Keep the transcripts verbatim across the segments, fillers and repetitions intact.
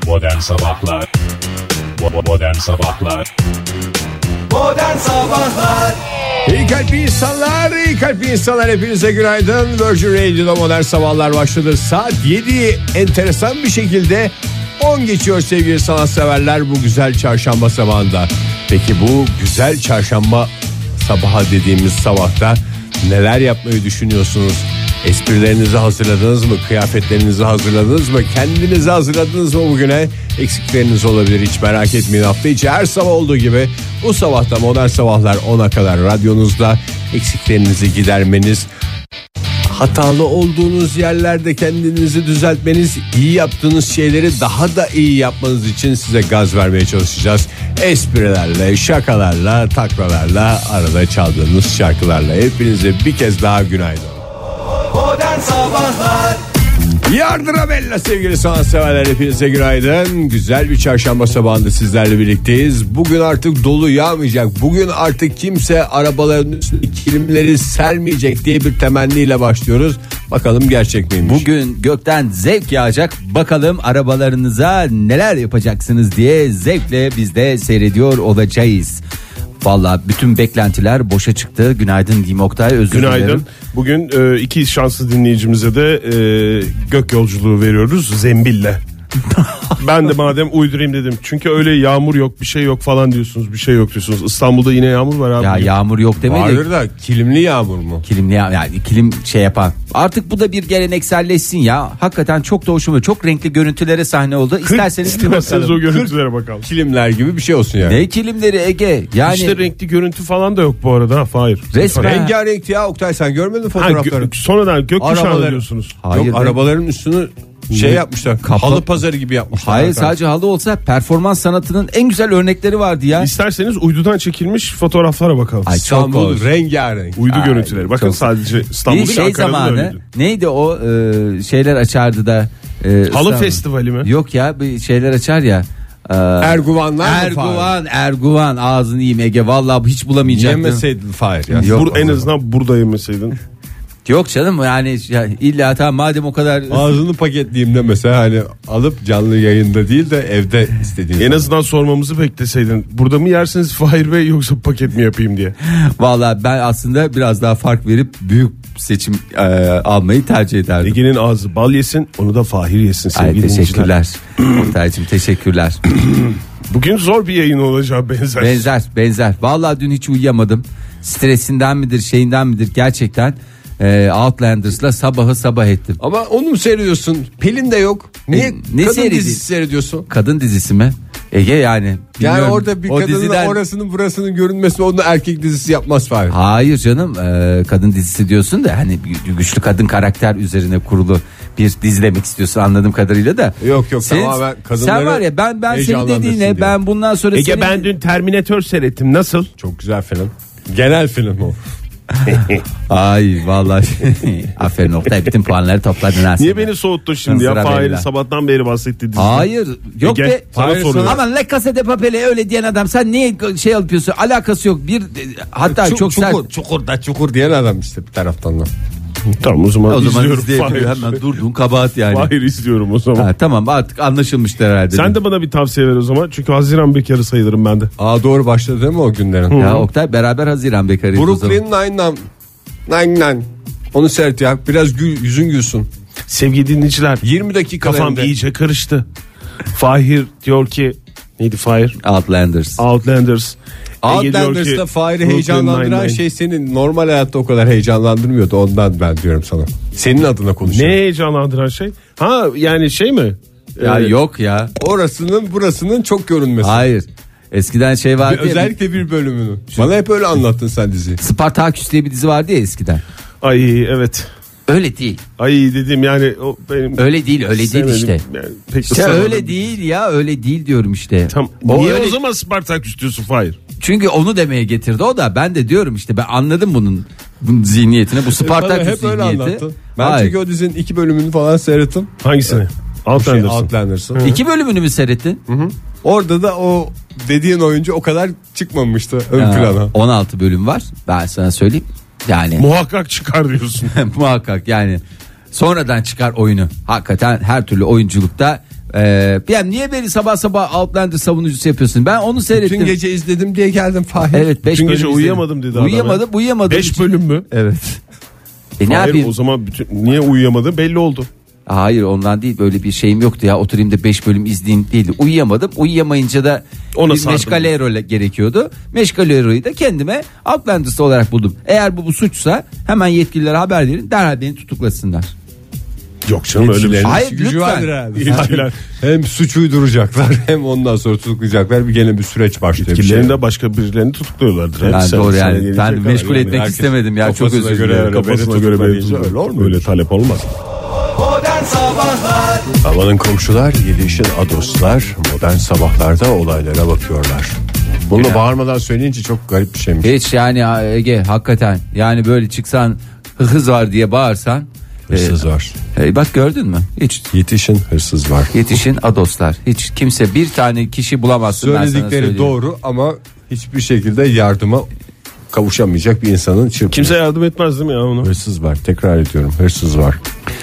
Modern Sabahlar Modern Sabahlar Modern Sabahlar İyi kalpli insanlar, iyi kalpli insanlar, hepinize günaydın. Virgin Radio'da Modern Sabahlar başladı. Saat yedi, enteresan bir şekilde on geçiyor sevgili sanatseverler bu güzel çarşamba sabahında. Peki bu güzel çarşamba sabahı dediğimiz sabahta neler yapmayı düşünüyorsunuz? Esprilerinizi hazırladınız mı? Kıyafetlerinizi hazırladınız mı? Kendinizi hazırladınız mı bugüne? Eksikleriniz olabilir, hiç merak etmeyin. Hafta içi her sabah olduğu gibi bu sabahta Modern Sabahlar ona kadar radyonuzda. Eksiklerinizi gidermeniz, hatalı olduğunuz yerlerde kendinizi düzeltmeniz, iyi yaptığınız şeyleri daha da iyi yapmanız için size gaz vermeye çalışacağız. Esprilerle, şakalarla, taklalarla, arada çaldığınız şarkılarla. Hepinize bir kez daha günaydın. Modern Sabahlar Yardıra bella sevgili sanatseverler, hepinize günaydın. Güzel bir çarşamba sabahında sizlerle birlikteyiz. Bugün artık dolu yağmayacak. Bugün artık kimse arabaların üstüne kilimleri sermeyecek diye bir temenniyle başlıyoruz. Bakalım gerçek miymiş? Bugün gökten zevk yağacak. Bakalım arabalarınıza neler yapacaksınız diye zevkle biz de seyrediyor olacağız. Valla bütün beklentiler boşa çıktı. Günaydın diyeyim Oktay, özür dilerim. Günaydın. Bugün e, iki şanslı dinleyicimize de e, gök yolculuğu veriyoruz zembille. Ben de madem uydurayım dedim. Çünkü öyle yağmur yok, bir şey yok falan diyorsunuz. Bir şey yok diyorsunuz. İstanbul'da yine yağmur var abi. Ya yağmur yok demedik. Vardır da kilimli yağmur mu? Kilimli ya- yani kilim şey yapan. Artık bu da bir gelenekselleşsin ya. Hakikaten çok da hoşuma. Çok renkli görüntülere sahne oldu. İsterseniz bir İsterseniz o bakalım. görüntülere bakalım. Kilimler gibi bir şey olsun yani. Ne kilimleri Ege? Yani İşte renkli görüntü falan da yok bu arada. Ha, hayır. Resmen. Rengarenk ya Oktay, sen görmedin Ha, fotoğrafları? gö- sonradan gökkuşağı Arabalar- diyorsunuz. Hayır, Yok, be. arabaların üstünü şey yapmışlar. Kapla- Halı pazarı gibi yapmışlar. Hayır, Arkadaşlar. sadece halı olsa performans sanatının en güzel örnekleri vardı ya. İsterseniz uydudan çekilmiş fotoğraflara bakalım. Ay, çok İstanbul hoş. rengarenk. Uydu Ay, görüntüleri. Bakın çok- sadece İstanbul Bir değil, şey Ankara'da da zamanı öyleydi. neydi o e, şeyler açardı da e, Halı İstanbul- festivali mi? Yok ya, bir şeyler açar ya. E, Erguvanlar mı? Erguvan, Erguvan ağzını yiyeyim Ege, vallahi hiç bulamayacaktım. Yemeseydin Fahir. Ya. Yok, Bur- en azından burada yemeseydin. Yok canım, yani ya, illa tamam madem o kadar. Ağzını paketleyeyim de mesela, hani alıp canlı yayında değil de evde istediğin. En azından sormamızı bekleseydin. Burada mı yersiniz Fahir Bey yoksa paket mi yapayım diye. Vallahi ben aslında biraz daha fark verip büyük seçim e, almayı tercih ederdim. Ege'nin ağzı bal yesin, onu da Fahir yesin Ay, sevgili dinleyiciler. teşekkürler. Oktay'cığım teşekkürler. Bugün zor bir yayın olacağı benzer. Benzer benzer. Vallahi dün hiç uyuyamadım. Stresinden midir şeyinden midir gerçekten e, Outlanders'la sabahı sabah ettim. Ama onu mu seyrediyorsun? Pelin de yok. Niye E, ne kadın seyredi- dizisi seyrediyorsun? Kadın dizisi mi? Ege yani. Yani bilmiyorum. orada bir O kadının diziden- orasının burasının görünmesi onu erkek dizisi yapmaz Fahir. Hayır canım, e, kadın dizisi diyorsun da hani gü- güçlü kadın karakter üzerine kurulu bir dizi demek istiyorsun anladığım kadarıyla da. Yok, yok, Senin- tamamen kadınları Sen var ya, ben ben senin heyecanlandırsın dediğine diye. ben bundan sonra Ege senin... ben dün Terminator seyrettim, nasıl? Çok güzel film. Genel film o. Ay vallahi aferin Oktay, bütün puanları topladın ha. Niye sen. beni soğuttun şimdi ya? Sıra Fahir'in belli. sabahtan beri bahsettiği dizi. Hayır yok Ege, be. sana Hayır, soruyorum. Aman La Casa de Papel'e öyle diyen adam, sen niye şey yapıyorsun? Alakası yok. Bir hatta Çuk- çok sert. çukur, çukurda çukur diyen adam işte bir taraftan da. Tamam o zaman, O zaman izliyorum izleyebiliyor. Fahir. Hemen durdun kabahat yani. Fahir izliyorum o zaman. Ha, tamam artık anlaşılmıştır herhalde. Sen de bana bir tavsiye ver o zaman. Çünkü Haziran bekarı sayılırım ben de. Aa, doğru başladı değil mi o günlerin? Ya Oktay, beraber Haziran bekarıyız o zaman. Brooklyn Nine-Nine. Nine-Nine. Onu seyret ya. Biraz gül, yüzün gülsün. Sevgili dinleyiciler, yirmi dakika kafam iyice karıştı. Fahir diyor ki, neydi Fahir? Outlanders. Outlanders. Ege diyor Outlanders'ta ki, Fahir'i Brooklyn heyecanlandıran Nine-Nine. şey senin normal hayatta o kadar heyecanlandırmıyordu. Ondan ben diyorum sana. Senin adına Ne konuşuyorum. heyecanlandıran şey? Ha yani şey mi? Ya Ee, yok ya. Orasının burasının çok görünmesi. Hayır. Eskiden şey Bir- vardı ya. özellikle bir bölümünü. Bana hep öyle anlattın sen diziyi. Spartaküs diye bir dizi vardı ya eskiden. Ay evet. Öyle değil. Ay dedim yani o benim Öyle değil, öyle değil sevmedim. işte. Yani pek İşte ısınamadım. öyle değil ya, öyle değil diyorum işte. Tam, O niye öyle- o zaman Spartaküs diyorsun Fahir? Çünkü onu demeye getirdi o da, ben de diyorum işte, ben anladım bunun, bunun zihniyetini, bu Bana Spartaküs hep öyle zihniyeti. anlattın. Ben Hayır. çünkü o dizinin iki bölümünü falan seyrettim. Hangisini? Şey, Outlanders'ın. Outlanders'ın. İki bölümünü mü seyrettin? Orada da o dediğin oyuncu o kadar çıkmamıştı ön Ha, plana. on altı bölüm var, ben sana söyleyeyim. Yani Muhakkak çıkar diyorsun. muhakkak yani sonradan çıkar oyunu. Hakikaten her türlü oyunculukta Ee, yani niye beni sabah sabah Outlander savunucusu yapıyorsun? Ben onu seyrettim. Bütün gece izledim diye geldim Fahir. Evet, beş Bütün bölüm gece izledim. uyuyamadım dedi adam. Uyuyamadım, uyuyamadım. beş bölüm mü? Evet. E ne Hayır, yapayım? o zaman bütün, niye uyuyamadı belli oldu. Hayır, ondan değil, böyle bir şeyim yoktu ya, oturayım da beş bölüm izleyeyim değildi. Uyuyamadım. Uyuyamayınca da Ona bir sardım. meşgalero gerekiyordu. Meşgalero'yu da kendime Outlander'sı olarak buldum. Eğer bu, bu suçsa hemen yetkililere haber verin, derhal beni tutuklasınlar. Yok canım öyle bir şey. Hayır, Gücü lütfen. vardır herhalde. Yetkililer, Hem suç uyduracaklar hem ondan sonra tutuklayacaklar. Bir gene bir süreç başlıyor. bir yetkililerin şey. de başka birilerini tutukluyorlardır. Yani Hepsi doğru sana yani. gelecek Ben kadar meşgul yani. etmek herkes istemedim ya, çok kafasına özür göre dilerim. öyle Kafasına beni göre tutuklayınca belli öyle olmuyor. Öyle talep olmaz. Modern Sabahlar Amanın komşular, yedi işin adoslar modern sabahlarda olaylara bakıyorlar. Bunu da bağırmadan söyleyince çok garip bir şeymiş. Hiç yani Ege, hakikaten yani böyle çıksan hız var diye bağırsan. Hırsız var. E, bak gördün mü? Hiç Yetişin, hırsız var. yetişin adoslar. Hiç kimse, bir tane kişi bulamazsın, ben sana Söyledikleri söyleyeyim. doğru ama hiçbir şekilde yardıma kavuşamayacak bir insanın çırpını. Kimse yardım etmez değil mi ya ona? Hırsız var. Tekrar ediyorum. Hırsız var.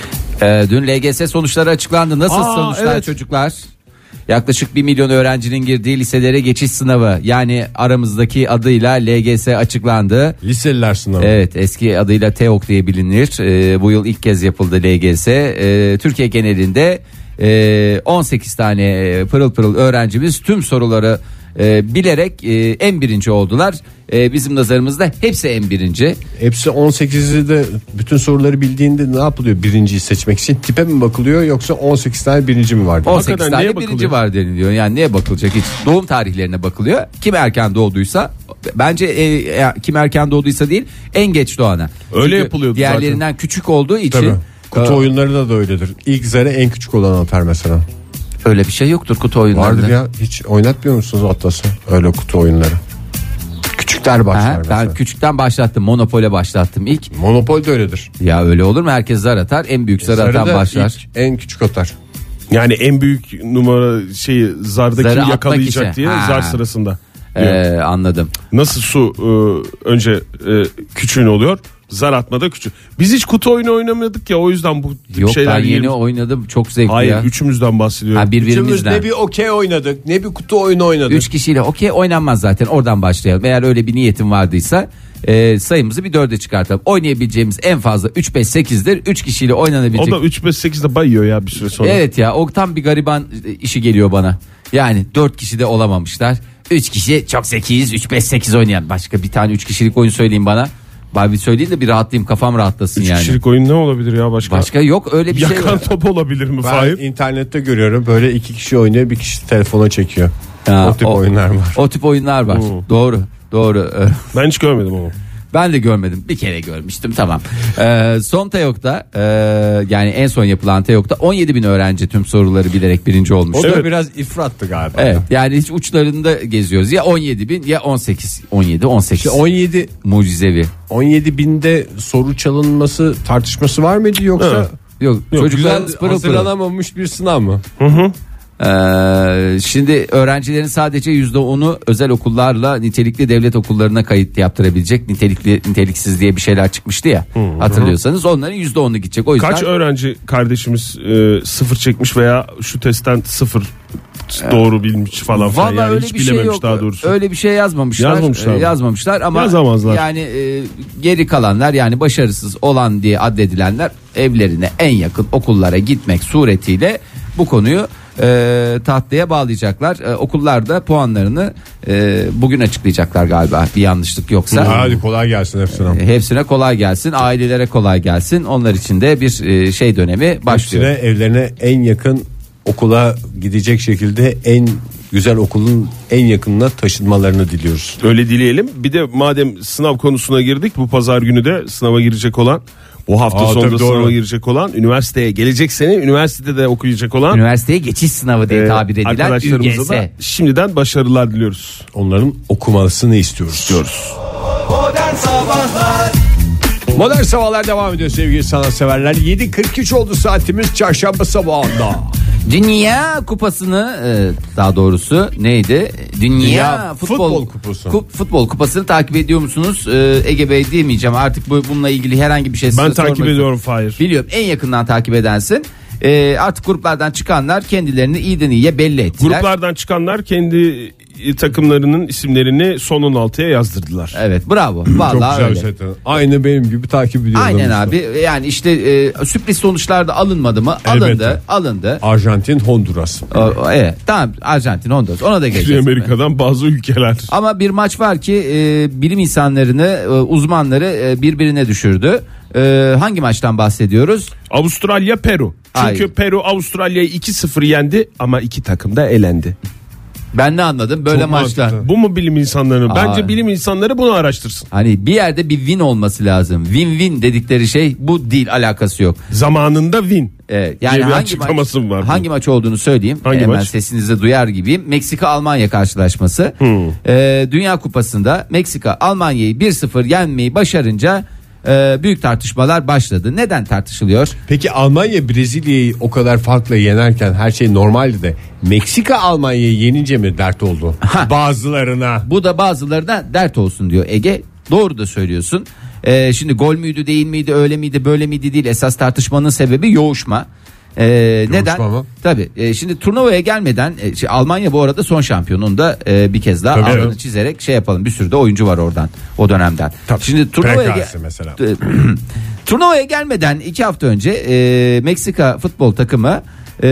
Ee, dün L G S sonuçları açıklandı. Nasıl Aa, sonuçlar evet. çocuklar? Yaklaşık bir milyon öğrencinin girdiği liselere geçiş sınavı, yani aramızdaki adıyla L G S açıklandı. Liseliler sınavı. Evet, eski adıyla TEOK diye bilinir. Ee, bu yıl ilk kez yapıldı L G S. Ee, Türkiye genelinde e, on sekiz tane e, pırıl pırıl öğrencimiz tüm soruları e, bilerek e, en birinci oldular. E, bizim nazarımızda hepsi en birinci. Hepsi on sekizi de bütün soruları bildiğinde ne yapılıyor birinciyi seçmek için? Tipe mi bakılıyor yoksa on sekiz tane birinci mi var? on sekiz Hakikaten tane neye birinci bakılıyor? var deniliyor. Yani neye bakılacak hiç? Doğum tarihlerine bakılıyor. Kim erken doğduysa, bence e, e, kim erken doğduysa değil, en geç doğana. Öyle Çünkü yapılıyordu diğerlerinden küçük olduğu için. Tabii. Kutu e, oyunları da da öyledir. İlk zare en küçük olan atar mesela. Öyle bir şey yoktur kutu oyunlarında. Vardır ya, hiç oynatmıyor musunuz Atlas'ı? Öyle kutu oyunları. Küçükler başlar Aha, mesela. ben küçükten başlattım. Monopole başlattım ilk. Monopol de öyledir. Ya öyle olur mu? Herkes zar atar. En büyük zar atan Sarıda başlar. ilk en küçük atar. Yani en büyük numara şeyi zarda Zarı kim atmak yakalayacak için. diye Ha. zar sırasında. diyor. Ee, anladım. Nasıl su e, önce e, küçüğün oluyor, zar atmada küçük. Biz hiç kutu oyunu oynamadık ya, o yüzden bu tip Yok, şeyler ben yeni yerimiz- oynadım. Çok zevkli Hayır, ya. üçümüzden bahsediyorum. Ha, Üçümüz birbirimizden. ne bir okey oynadık ne bir kutu oyunu oynadık. Üç kişiyle okey oynanmaz zaten, oradan başlayalım. Eğer öyle bir niyetin vardıysa e, sayımızı bir dörde çıkartalım. Oynayabileceğimiz en fazla üç beş sekizdir. Üç kişiyle O oynanabilecek. da üç beş sekizde bayıyor ya bir süre sonra. Evet ya, o tam bir gariban işi geliyor bana. Yani dört kişi de olamamışlar. Üç kişi çok zekiyiz, üç beş sekiz oynayan. Başka bir tane üç kişilik oyun söyleyin bana. Bari bir söyleyin de bir rahatlayayım, kafam rahatlasın Üç yani. kişilik oyun ne olabilir ya başka? Başka yok öyle bir şey. Yakan yok. top olabilir mi Ben Fahir? internette görüyorum böyle iki kişi oynuyor bir kişi telefona çekiyor. Ha, o tip oyunlar var. O tip oyunlar var. Hmm. Doğru. Doğru. Ben hiç görmedim ama. Ben de görmedim. Bir kere görmüştüm, tamam. Ee, son TEOK'ta e, yani en son yapılan TEOK'ta on yedi bin öğrenci tüm soruları bilerek birinci olmuş. O da Evet. biraz ifrattı galiba. Evet, yani hiç uçlarında geziyoruz. Ya on yedi bin ya on sekiz. on yedi on sekiz. İşte on yedi Mucizevi. on yedi binde soru çalınması tartışması var mıydı yoksa Evet. Yok, Yok, çocuklar güzel pırıl pırıl. hazırlanamamış bir sınav mı? Ee, şimdi öğrencilerin sadece yüzde onu özel okullarla nitelikli devlet okullarına kayıt yaptırabilecek. Nitelikli niteliksiz diye bir şeyler çıkmıştı ya. Hatırlıyorsanız onların yüzde onu gidecek. O yüzden Kaç öğrenci kardeşimiz e, sıfır çekmiş veya şu testten sıfır doğru bilmiş falan filan. Vallahi Yani öyle hiç bir şey bilememiş yok. daha doğrusu. Öyle bir şey yazmamışlar. Yazmamışlar Ee, mı? yazmamışlar ama Yazamazlar. yani e, geri kalanlar, yani başarısız olan diye addedilenler evlerine en yakın okullara gitmek suretiyle bu konuyu e, tahtaya bağlayacaklar. E, okullar da puanlarını e, bugün açıklayacaklar galiba, bir yanlışlık yoksa. Hadi kolay gelsin hepsine. E, Hepsine kolay gelsin, ailelere kolay gelsin. Onlar için de bir e, şey dönemi başlıyor. Hepsine evlerine en yakın okula gidecek şekilde en güzel okulun en yakınına taşınmalarını diliyoruz. Öyle dileyelim. Bir de madem sınav konusuna girdik, bu pazar günü de sınava girecek olan, bu hafta Aa, sonunda tabii, doğru. sınava girecek olan, üniversiteye gelecek sene üniversitede okuyacak olan Üniversiteye geçiş sınavı diye e, tabir edilen arkadaşlarımıza da ÜGS. şimdiden başarılar diliyoruz. Onların okumasını istiyoruz. Diyoruz. Modern Sabahlar Modern Sabahlar devam ediyor sevgili sanatseverler. yedi kırk üç oldu saatimiz çarşamba sabahında. Dünya Kupası'nı e, daha doğrusu neydi? Dünya, Dünya Futbol, Futbol Kupası. Kup- Futbol Kupası'nı takip ediyor musunuz? E, Ege Bey diyemeyeceğim artık, bu bununla ilgili herhangi bir şey size Ben takip sormak- ediyorum Fahir. Biliyorum, en yakından takip edensin. E, artık gruplardan çıkanlar kendilerini iyiden iyiye belli ettiler. Gruplardan çıkanlar kendi takımlarının isimlerini son on altıya yazdırdılar. Evet, bravo. Çok Vallahi güzel öyle. özetle. Aynı benim gibi takip ediyorum. Aynen işte. abi. Yani işte e, sürpriz sonuçlar da alınmadı mı? Alındı, Elbette. alındı. Arjantin, Honduras. O, o, evet, tamam, Arjantin, Honduras. Ona da Kuzey geleceğiz. Amerika'dan bazı ülkeler. Ama bir maç var ki e, bilim insanlarını, e, uzmanları e, birbirine düşürdü. E, hangi maçtan bahsediyoruz? Avustralya, Peru. Çünkü Hayır. Peru Avustralya'yı iki sıfır yendi ama iki takım da elendi. Ben ne anladım böyle Çok maçlar. mantıklı. Bu mu bilim insanları? Aa. Bence bilim insanları bunu araştırsın. Hani bir yerde bir win olması lazım. Win-win dedikleri şey bu değil, alakası yok. Zamanında win. Evet, diye yani bir hangi açıklaması maç, var. hangi maç olduğunu söyleyeyim. Hangi Hemen maç? sesinizi duyar gibiyim. Meksika Almanya karşılaşması. Hmm. Ee, Dünya Kupası'nda Meksika Almanya'yı bir sıfır yenmeyi başarınca e, büyük tartışmalar başladı. Neden tartışılıyor? Peki Almanya Brezilya'yı o kadar farkla yenerken her şey normaldi de Meksika Almanya'yı yenince mi dert oldu? Ha. Bazılarına. Bu da bazılarına dert olsun diyor Ege. Doğru da söylüyorsun. Ee, şimdi gol müydü, değil miydi, öyle miydi, böyle miydi değil. Esas tartışmanın sebebi yoğuşma. Ee, neden? mı? Tabii. E, şimdi turnuvaya gelmeden e, şey, Almanya bu arada son şampiyonun da e, bir kez daha Tabii. altını Evet. çizerek şey yapalım. Bir sürü de oyuncu var oradan, o dönemden. Tabii. Şimdi turnuvaya Prekası ge- mesela. turnuvaya gelmeden iki hafta önce e, Meksika futbol takımı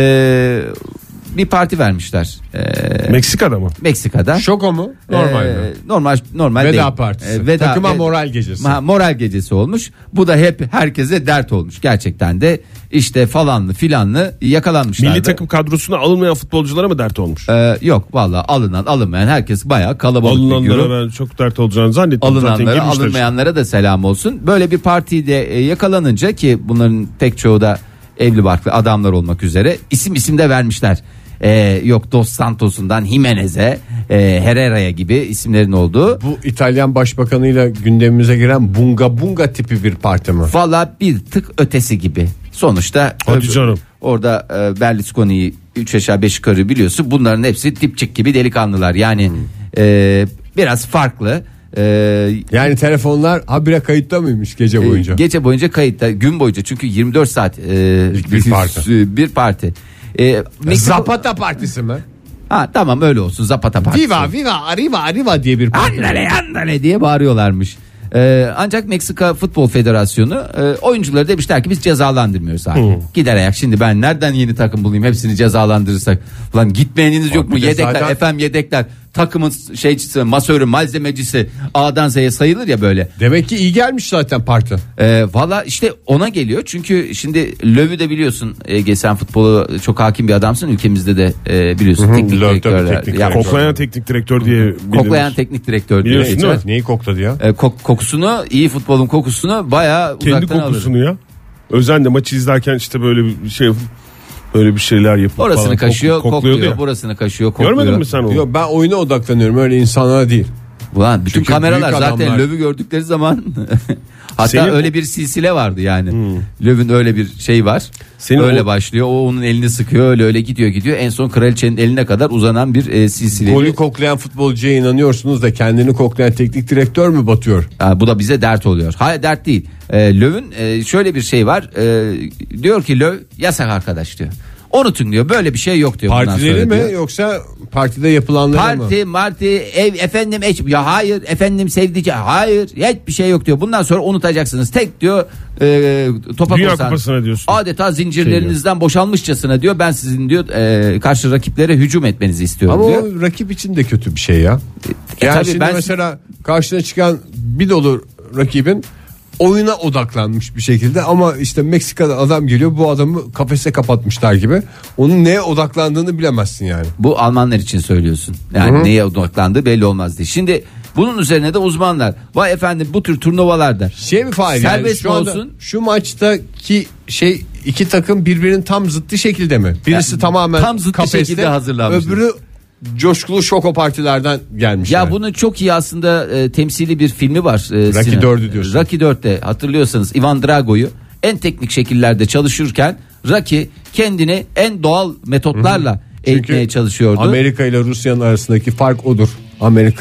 e, bir parti vermişler. E, Meksika'da mı? Meksika'da. Şoko mu? Normal Ee, mi? normal normal Veda değil. partisi. Ee, veda- Takıma ve- moral gecesi. Ha, moral gecesi olmuş. Bu da hep herkese dert olmuş. Gerçekten de işte falanlı filanlı yakalanmışlar. Milli takım kadrosuna alınmayan futbolculara mı dert olmuş? Ee, yok vallahi alınan alınmayan herkes bayağı kalabalık bir güruh. Alınanlara ben çok dert olacağını zannettim. Zaten Alınanlara girmişler. alınmayanlara da selam olsun. Böyle bir partide e, yakalanınca, ki bunların pek çoğu da evli barklı adamlar olmak üzere, isim isim de vermişler. Ee, yok Dos Santos'undan Jimenez'e, e, Herrera'ya gibi isimlerin olduğu. Bu İtalyan başbakanıyla gündemimize giren bunga bunga tipi bir parti mi? Valla bir tık ötesi gibi. Sonuçta Hadi öbür- canım. orada e, Berlusconi'yi üç aşağı beş yukarı biliyorsun. Bunların hepsi dipçik gibi delikanlılar. Yani Hmm. e, biraz farklı. E, Yani telefonlar habire kayıtta mıymış gece boyunca? e, gece boyunca kayıtta, gün boyunca, çünkü yirmi dört saat e, bir parti. bir parti. E, Meksika- Zapata partisi mi? Ha, tamam öyle olsun, Zapata partisi. Viva viva arriva arriva diye bir parti. Andale andale diye bağırıyorlarmış. Ee, ancak Meksika Futbol Federasyonu e, oyuncuları demişler ki biz cezalandırmıyoruz abi. Hmm. Gider ayak, şimdi ben nereden yeni takım bulayım, hepsini cezalandırırsak. Ulan gitmeyeniniz yok mu? bir de Yedekler, zaten- efendim yedekler, takımın şeycisi, masörü, malzemecisi A'dan Z'ye sayılır ya böyle. Demek ki iyi gelmiş zaten parti. Ee, Valla işte ona geliyor, çünkü şimdi Löw'ü de biliyorsun Ege, sen futbolu çok hakim bir adamsın, ülkemizde de e, biliyorsun teknik Löw tabii direktörler. teknik Ya, direktör. Koklayan teknik direktör diye bilinir. koklayan teknik direktör diye Biliyorsun geçer. değil mi? Neyi kokladı ya? E, kok- kokusunu, iyi futbolun kokusunu bayağı Kendi uzaktan kokusunu alır. ya. Özen de maçı izlerken işte böyle bir şey yapıp böyle bir şeyler yapıp Orasını falan kaşıyor, kok- kokluyordu kokluyor, ya. burasını kaşıyor, kokluyor. Görmedin mi sen onu? Yok, ben oyuna odaklanıyorum, öyle insanlara değil. Ulan bütün Çünkü kameralar büyük zaten adamlar- Löw'ü gördükleri zaman hatta Senin- öyle bir silsile vardı yani. Löw'ün öyle bir şey var. Senin öyle o- başlıyor. O onun elini sıkıyor, öyle öyle gidiyor gidiyor. En son kraliçenin eline kadar uzanan bir e, silsile. Golü koklayan futbolcuya inanıyorsunuz da kendini koklayan teknik direktör mü batıyor? Ha, bu da bize dert oluyor. Hayır, dert değil. E, Löw'ün e, şöyle bir şey var. E, diyor ki Löw yasak arkadaş diyor. Unutun diyor, böyle bir şey yok diyor. bundan Partileri sonra mi diyor. yoksa partide yapılanları mı? Parti, marti, ev, efendim, eş, ya hayır, efendim sevdice, hayır, hiçbir şey yok diyor. Bundan sonra unutacaksınız. Tek diyor e, topa Dünya korsan- Kupası'na diyorsun. adeta zincirlerinizden boşalmışçasına diyor. Ben sizin diyor e, karşı rakiplere hücum etmenizi istiyorum Ama diyor. o rakip için de kötü bir şey ya. E, Yani tabii şimdi ben- mesela karşına çıkan bir dolu rakibin oyuna odaklanmış bir şekilde, ama işte Meksika'da adam geliyor, bu adamı kafese kapatmışlar gibi. Onun neye odaklandığını bilemezsin yani. Bu Almanlar için söylüyorsun. Yani neye odaklandığı belli olmaz diye. Şimdi bunun üzerine de uzmanlar, vay efendim bu tür turnuvalarda Şey mi Fahir, yani serbest şu mi anda olsun? şu maçtaki şey, iki takım birbirinin tam zıttı şekilde mi? Birisi Yani tamamen tam zıttı kafeste, şekilde hazırlanmış. öbürü coşkulu şoko partilerden gelmiş. Ya yani. bunun çok iyi aslında e, temsili bir filmi var. E, Rocky Sinan. dördü diyorsun. Rocky dörtte hatırlıyorsanız Ivan Drago'yu en teknik şekillerde çalışırken Rocky kendini en doğal metotlarla eğitmeye çalışıyordu. Amerika ile Rusya'nın arasındaki fark odur. Amerika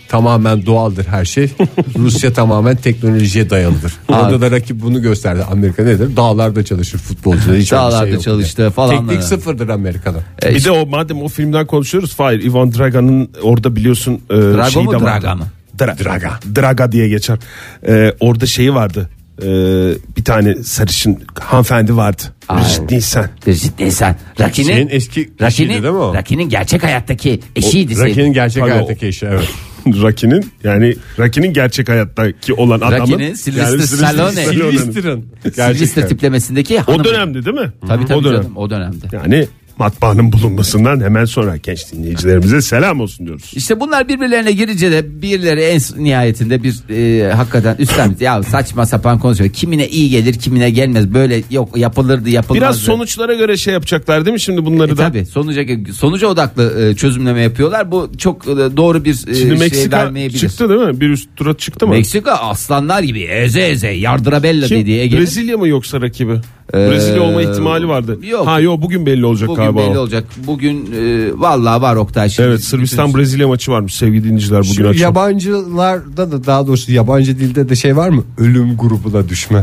tamamen doğaldır her şey. Rusya tamamen teknolojiye dayalıdır. Orada da rakip bunu gösterdi. Amerika nedir? Dağlarda çalışır futbolcular. Hiç Dağlarda şey yok çalıştı yani. falan. Teknik sıfırdır Amerika'da. E, Bir işte, de o madem o filmden konuşuyoruz Fahir, Ivan Drago'nun orada biliyorsun e, Drago şeyi mu, de vardı. Draga mı? Dra- Draga. Draga diye geçer. E, orada şeyi vardı. E, bir tane sarışın hanımefendi vardı. Brigitte Nielsen. Brigitte Nielsen. Rocky'nin Şeyin eski eşiydi Rocky'nin değil mi o? Rocky'nin gerçek hayattaki eşiydi. Rocky'nin gerçek Tabii o- hayattaki eşi, evet. Rocky'nin yani Rocky'nin gerçek hayattaki olan adamın. Rocky'nin Sylvester Stallone. Sylvester'ın Sylvester gerçek tiplemesindeki hanım. O dönemde değil mi? Tabii tabii o dönem. canım, o dönemde. Yani matbaanın bulunmasından hemen sonra genç dinleyicilerimize selam olsun diyoruz. İşte bunlar birbirlerine girince de birileri en nihayetinde bir e, hakikaten üstlenmiş. Ya saçma sapan konuşuyor. Kimine iyi gelir, kimine gelmez. Böyle yok yapılırdı, yapılmazdı. Biraz sonuçlara göre şey yapacaklar değil mi şimdi bunları E, da? tabii sonuca sonuca odaklı e, çözümleme yapıyorlar. Bu çok e, doğru bir e, Şimdi şey Meksika vermeyebilir. çıktı değil mi? Bir üst tura çıktı mı? Meksika aslanlar gibi eze eze yardırabella Kim? dediği Ege'nin. Brezilya mı yoksa rakibi? Ee, Brezilya olma ihtimali vardı. yok. Ha yok bugün belli olacak Bugün galiba. belli o. olacak. Bugün e, vallahi var Oktay. Şimdi Evet Sırbistan bütün- Brezilya maçı varmış sevgili dinleyiciler bugün Şu akşam. yabancılarda da, daha doğrusu yabancı dilde de şey var mı? Ölüm grubuna düşme.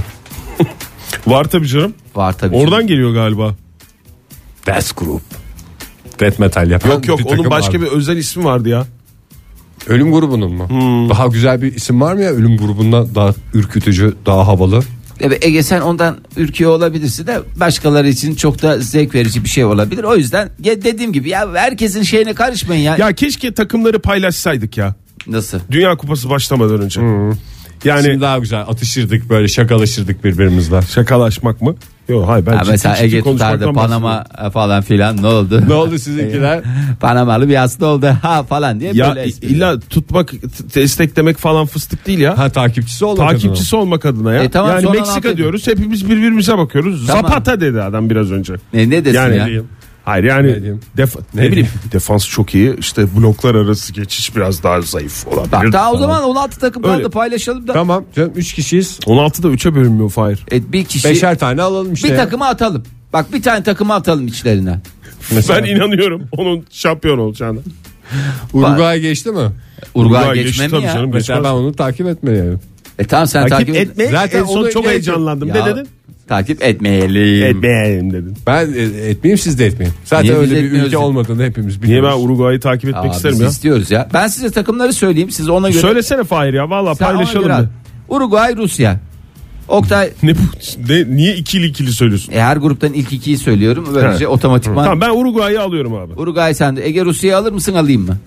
Var tabii canım. var tabii. Oradan canım. geliyor galiba. Death Group. Death metal yapan Yok yok bir onun takım başka vardı. bir özel ismi vardı ya. Ölüm grubunun mu? Daha güzel bir isim var mı ya? Ölüm grubundan daha ürkütücü, daha havalı. Evet, Ege sen ondan ürküyor olabilirsin de başkaları için çok da zevk verici bir şey olabilir. O yüzden ya dediğim gibi ya herkesin şeyine karışmayın ya. Ya keşke takımları paylaşsaydık ya. Nasıl? Dünya Kupası başlamadan önce. Yani Şimdi daha güzel atışırdık, böyle şakalaşırdık birbirimizle. şakalaşmak mı? Yok hayır ben Ha, ciddi mesela ciddi Ege tutardı konuşmaktan Panama falan filan ne oldu? Ne oldu sizinkiler? Panamalı bir hasta oldu ha falan diye Ya böyle espri. illa tutmak, t- desteklemek falan fıstık değil ya. Ha, takipçisi olmak Takipçisi olmak adına ya. E, tamam, yani sonra Meksika ne yapayım? diyoruz hepimiz birbirimize bakıyoruz. Tamam. Zapata dedi adam biraz önce. E, ne desin Yani ya? diyeyim? hayır yani Ne diyeyim? def- ne, bileyim defans çok iyi. İşte bloklar arası geçiş biraz daha zayıf olabilir. Bak daha o falan. zaman on altı takım kaldı Öyle. paylaşalım da. Tamam canım, üç kişiyiz. on altıda üçe bölünmüyor Fahir. E, bir kişi Beşer tane alalım işte. bir ya. takımı atalım. Bak bir tane takımı atalım içlerine. Mesela Ben inanıyorum onun şampiyon olacağına. Uruguay geçti mi? Uruguay Uruguay geçme geçti mi tabii ya? canım. Mesela Geçmez. ben onu takip etmeliyim. E tamam sen Takip, takip, et. etme. Zaten en son onu çok gerek- heyecanlandım. Ya, Ne dedin? Takip etmeyelim. Etmeyelim dedin. Ben e, etmeyeyim, siz de etmeyin. Zaten Niye biz öyle bir etmiyoruz ülke ya? olmadığını hepimiz Niye biliyoruz. ben Uruguay'ı takip etmek Aa, isterim biz ya? istiyoruz ya. Ben size takımları söyleyeyim. Siz ona göre. Söylesene Fahir ya valla Sen ona paylaşalım göre da. al. Uruguay, Rusya. Oktay Ne bu? Ne, niye ikili ikili söylüyorsun? e, her gruptan ilk ikiyi söylüyorum. Böylece Ha. otomatikman. Tamam ben Uruguay'ı alıyorum abi. Uruguay sende. Ege Rusya'yı alır mısın alayım mı?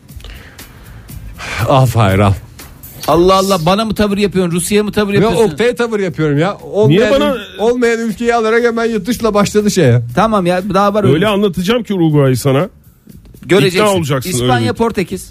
Al Fahir al. Allah Allah bana mı tavır yapıyorsun? Rusya'ya mı tavır Ya yapıyorsun? Oktay'a tavır yapıyorum ya. Olmayan, Niye bana- ül- olmayan ülkeyi alarak hemen yatışla başladı şeye. Tamam ya daha var öyle. Öyle anlatacağım ki Uruguay'ı sana. Göreceksin. ikna olacaksın, İspanya, öyle. Portekiz.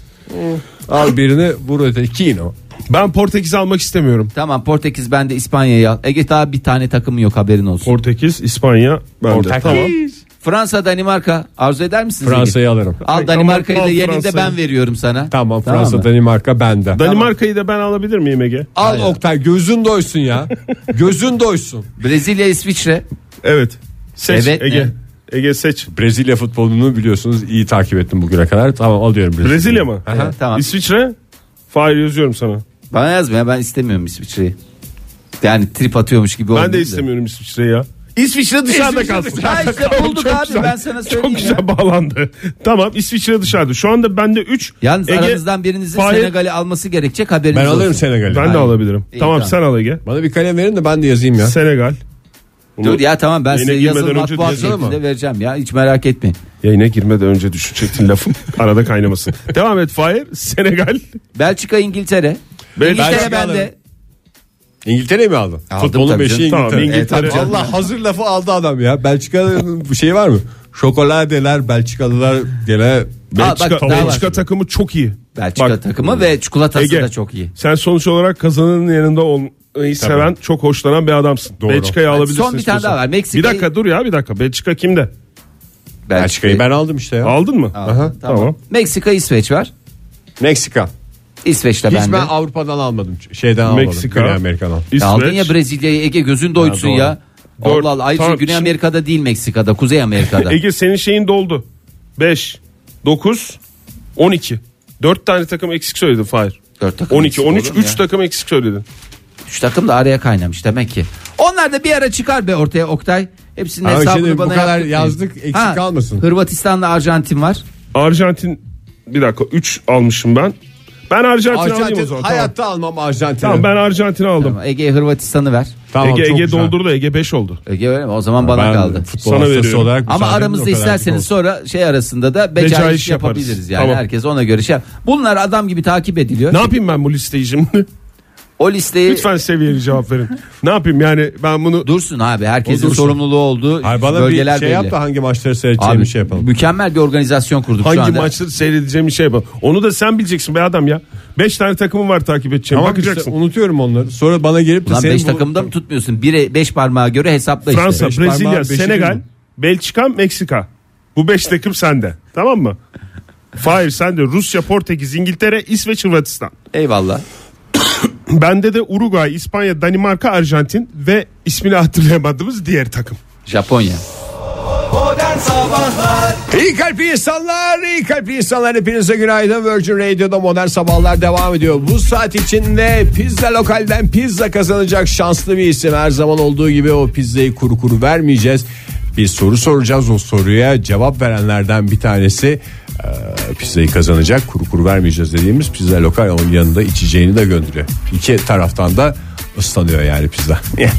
Al birini vur ötekini o. Ben Portekiz almak istemiyorum. Tamam Portekiz ben de İspanya'yı al. Ege daha bir tane takımı yok haberin olsun. Portekiz, İspanya, ben de. Portekiz. Tamam. Fransa, Danimarka arzu eder misiniz? Fransa'yı Ege? alırım. Al Danimarka'yı Tamam, da al yeninde Fransa'yı. ben veriyorum sana. Tamam, Fransa, mı? Danimarka bende. Danimarka'yı da ben alabilir miyim Ege? Al Oktay, gözün doysun ya. Gözün doysun. Brezilya, İsviçre. Evet. Seç Evet, Ege. ne? Ege seç. Brezilya futbolunu biliyorsunuz, iyi takip ettim bugüne kadar. Tamam, alıyorum Brezilya. Brezilya mı? Evet, tamam. İsviçre. Fahir yazıyorum sana. Bana yazma ya ben istemiyorum İsviçre'yi. Yani trip atıyormuş gibi oldu. Ben de istemiyorum İsviçre'yi ya. İsviçre dışarıda İsviçre kalsın. Ya işte bulduk Çok abi güzel. ben sana söyleyeyim Çok güzel ya. bağlandı. Tamam İsviçre dışarıda. Şu anda bende üç. Yalnız Ege, aranızdan birinizin Fahir- Senegal'i alması gerekecek haberiniz Ben olsun. alırım Senegal'i. Ben de Hayır. alabilirim. İyi, tamam, tamam. sen al Ege. Bana bir kalem verin de ben de yazayım ya. Senegal. Bunu Dur ya tamam ben yayına size girmeden yazılı önce matbuat yazalım şeklinde mı? vereceğim ya hiç merak etmeyin. Yayına girmeden önce düşecektin lafım. Arada kaynamasın. Devam et Fahir. Senegal. Belçika, İngiltere. Belçika İngiltere alırım. bende. İngiltere'yi mi aldın? Aldım Futbolun tabii beşiği canım. Tamam, İngiltere. İngiltere. E, tabii Allah hazır lafı aldı adam ya. Belçika'nın bu şey var mı? Şokoladeler, Belçikalılar gene Belçika, bak, daha Belçika var. takımı çok iyi. Belçika Bak, takımı ve çikolatası Ege, da çok iyi. sen sonuç olarak kazananın yanında olmayı seven, çok hoşlanan bir adamsın. Doğru. Belçika'yı Hadi alabilirsin. son bir tane istiyorsan. daha var. Meksika'yı- Bir dakika dur ya bir dakika. Belçika kimde? Belçika'yı ben aldım işte ya. Aldın mı? Aldım, Aha, tamam. tamam. Meksika, İsveç var. Meksika. İsveç'te Hiç bende. ben Avrupa'dan almadım. Şeyden almadım. Meksika. Güney Amerika'dan. İsveç. Aldın ya Brezilya'yı Ege gözün doysun doğru. ya. Dört. Allah Allah. Ayrıca Tamam, Güney şimdi- Amerika'da değil Meksika'da, Kuzey Amerika'da. Ege senin şeyin doldu. beş, dokuz, on iki. dört tane takım eksik söyledin Fahir. dört takım on iki eksik on üç olur mu üç ya? takım eksik söyledin. üç takım da araya kaynamış demek ki. Onlar da bir ara çıkar be ortaya Oktay. Hepsinin Ama hesabını şimdi bu bana kadar yaptırmayın. yazdık, eksik kalmasın. Hırvatistan'la Arjantin var. Arjantin bir dakika üç almışım ben. Ben Arjantin, alayım o Arjantin zaman. hayatta tamam. almam Arjantin'i. Tamam, ben Arjantin'i aldım. Tamam, Ege'ye Hırvatistan'ı ver. Tamam, Ege çok Ege güzel. doldurdu, Ege beş oldu. Ege öyle mi? O zaman bana Ben kaldı. futbol Sana hastası veriyorum. olarak Ama müsaadenizle aramızda o kadar isterseniz olsun. sonra şey arasında da becaiş Becaiş yaparız. yapabiliriz yani. Tamam. Herkes ona göre şey. Bunlar adam gibi takip ediliyor. Ne yapayım ben bu listeyi şimdi? O listeyi Lütfen seviyeli cevap verin. Ne yapayım yani ben bunu... dursun abi. Herkesin O dursun. sorumluluğu olduğu Hayır, bana bölgeler bir şey belli. yap da hangi maçları seyredeceğimi Abi şey yapalım. mükemmel bir organizasyon kurduk şu Hangi anda. maçları seyredeceğim bir şey yapalım. Onu da sen bileceksin be adam ya. beş tane takımım var takip edeceğim. Ama Bakacaksın. işte unutuyorum onları. Sonra bana gelip de Lan senin beş bu- takımda mı tutmuyorsun? Bire beş parmağa göre hesapla işte. Fransa, Beş parmağı, Brezilya, beşi Senegal, değil mi? Belçika, Meksika. Bu beş takım sende. Tamam mı? Fahir sende Rusya, Portekiz, İngiltere, İsveç, Hırvatistan. Eyvallah. Bende de Uruguay, İspanya, Danimarka, Arjantin ve ismini hatırlayamadığımız diğer takım. Japonya. Modern Sabahlar İyi kalpli insanlar, iyi kalpli insanlar, hepinize günaydın. Virgin Radio'da Modern Sabahlar devam ediyor. Bu saat içinde pizza lokalden pizza kazanacak şanslı bir isim. Her zaman olduğu gibi o pizzayı kuru kuru vermeyeceğiz. Bir soru soracağız, o soruya cevap verenlerden bir tanesi e, pizzayı kazanacak. Kuru kuru vermeyeceğiz dediğimiz pizza lokal, onun yanında içeceğini de gönderiyor. İki taraftan da ıslanıyor yani pizza.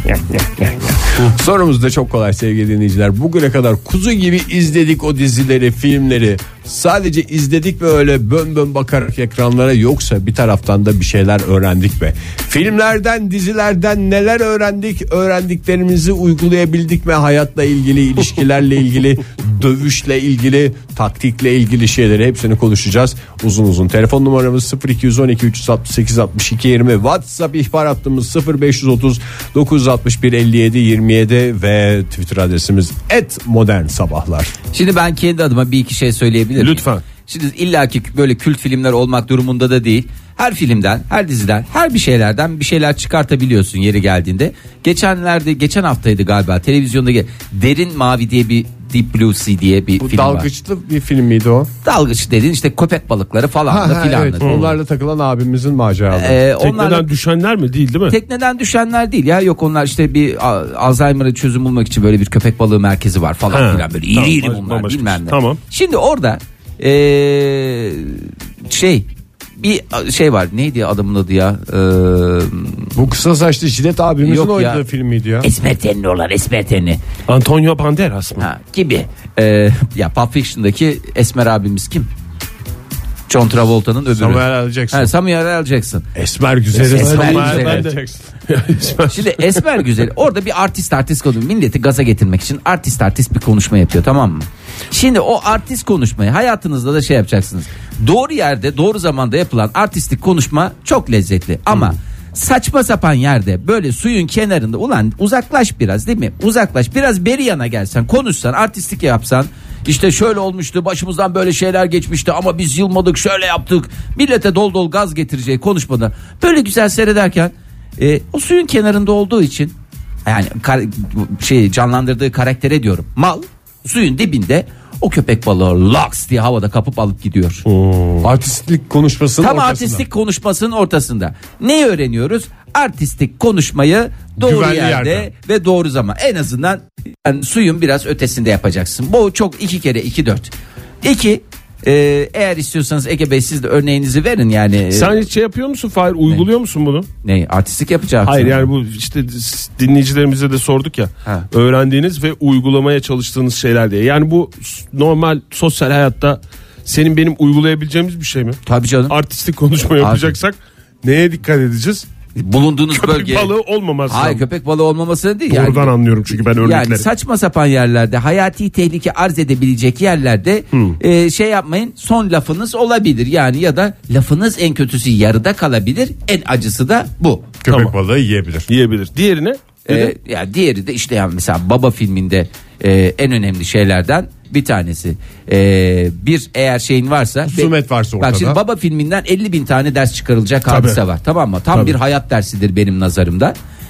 Sorumuz da çok kolay sevgili dinleyiciler. Bugüne kadar kuzu gibi izledik o dizileri, filmleri. Sadece izledik ve öyle bön bön bakarak ekranlara, yoksa bir taraftan da bir şeyler öğrendik mi? Filmlerden, dizilerden neler öğrendik? Öğrendiklerimizi uygulayabildik mi? Hayatla ilgili, ilişkilerle ilgili, dövüşle ilgili, taktikle ilgili şeyleri hepsini konuşacağız uzun uzun. Telefon numaramız sıfır iki on iki üç altı sekiz altmış iki yirmi. WhatsApp ihbar hattımız sıfır beş otuz dokuz altmış bir elli yedi yirmi yedi ve Twitter adresimiz et modern sabahlar. Şimdi ben kendi adıma bir iki şey söyleyebilir miyim? Lütfen. Şimdi illaki böyle kült filmler olmak durumunda da değil. Her filmden, her diziden, her bir şeylerden bir şeyler çıkartabiliyorsun yeri geldiğinde. Geçenlerde, geçen haftaydı galiba televizyonda Derin Mavi diye bir, Deep Blue Sea diye bir Bu film var. dalgıçlı bir film miydi o? Dalgıç dediğin işte köpek balıkları falan Ha, da ha, filan. evet, onlarla takılan abimizin maceraları. Ee, Tekneden onlarla düşenler mi değil değil mi? tekneden düşenler değil ya, yok onlar işte bir a- Alzheimer'a çözüm bulmak için böyle bir köpek balığı merkezi var falan Ha, filan, böyle iri tamam, iri baş- bunlar bambaşka bilmem bir ne. şey. Tamam. Şimdi orada ee, şey bir şey var, neydi adamın adı ya? Ee, Bu kısa saçlı jilet abimizin Yok ya. oynadığı film miydi ya? esmer tenli olan, esmer tenli Antonio Banderas mı? ha, gibi. Ee, ya Pulp Fiction'daki esmer abimiz kim? John Travolta'nın öbürü. Samuel L. Jackson. Ha, Samuel L. Jackson. Esmer güzeli. Esmer Samuel güzeli. L. Jackson. Şimdi esmer güzel. Orada bir artist artist konu. Milleti gaza getirmek için artist artist bir konuşma yapıyor, tamam mı? Şimdi o artist konuşmayı hayatınızda da şey yapacaksınız. Doğru yerde, doğru zamanda yapılan artistik konuşma çok lezzetli. Ama saçma sapan yerde, böyle suyun kenarında, ulan uzaklaş biraz, değil mi? Uzaklaş biraz, beri yana gelsen, konuşsan, artistlik yapsan. İşte şöyle olmuştu, başımızdan böyle şeyler geçmişti ama biz yılmadık, şöyle yaptık. Millete dol dol gaz getireceği konuşmada böyle güzel seyrederken e, o suyun kenarında olduğu için, yani kar, şey canlandırdığı karaktere diyorum, mal suyun dibinde, o köpek balığı laks diye havada kapıp alıp gidiyor. Artistlik konuşmasının Tam ortasında. artistik konuşmasının ortasında. Neyi öğreniyoruz? Artistik konuşmayı doğru Güvenli yerde yerden. ve doğru zaman. En azından yani suyun biraz ötesinde yapacaksın. Bu çok, iki kere iki dört. İki, e, eğer istiyorsanız Ege Bey siz de örneğinizi verin yani. E, Sen hiç şey yapıyor musun Fahir? Uyguluyor musun bunu? ne, artistik yapacağım. Hayır, yani bu işte dinleyicilerimize de sorduk ya. Ha. Öğrendiğiniz ve uygulamaya çalıştığınız şeyler diye. Yani bu normal sosyal hayatta senin benim uygulayabileceğimiz bir şey mi? Tabii canım. Artistik konuşma yapacaksak neye dikkat edeceğiz? Bulunduğunuz Köpek bölge. balığı olmaması. Hayır, lazım. köpek balığı olmaması değil. Doğrudan yani, anlıyorum çünkü ben örnekleri. Yani saçma sapan yerlerde, hayati tehlike arz edebilecek yerlerde e, şey yapmayın, son lafınız olabilir yani, ya da lafınız en kötüsü yarıda kalabilir, en acısı da bu. Köpek Tamam. balığı yiyebilir. Yiyebilir. Diğerine? E, ya diğeri de işte yani mesela Baba filminde e, en önemli şeylerden bir tanesi. E, bir, eğer şeyin varsa, Husumet varsa bak ortada. şimdi Baba filminden elli bin tane ders çıkarılacak hadise var, tamam mı? Tam Tabii. bir hayat dersidir benim nazarımda.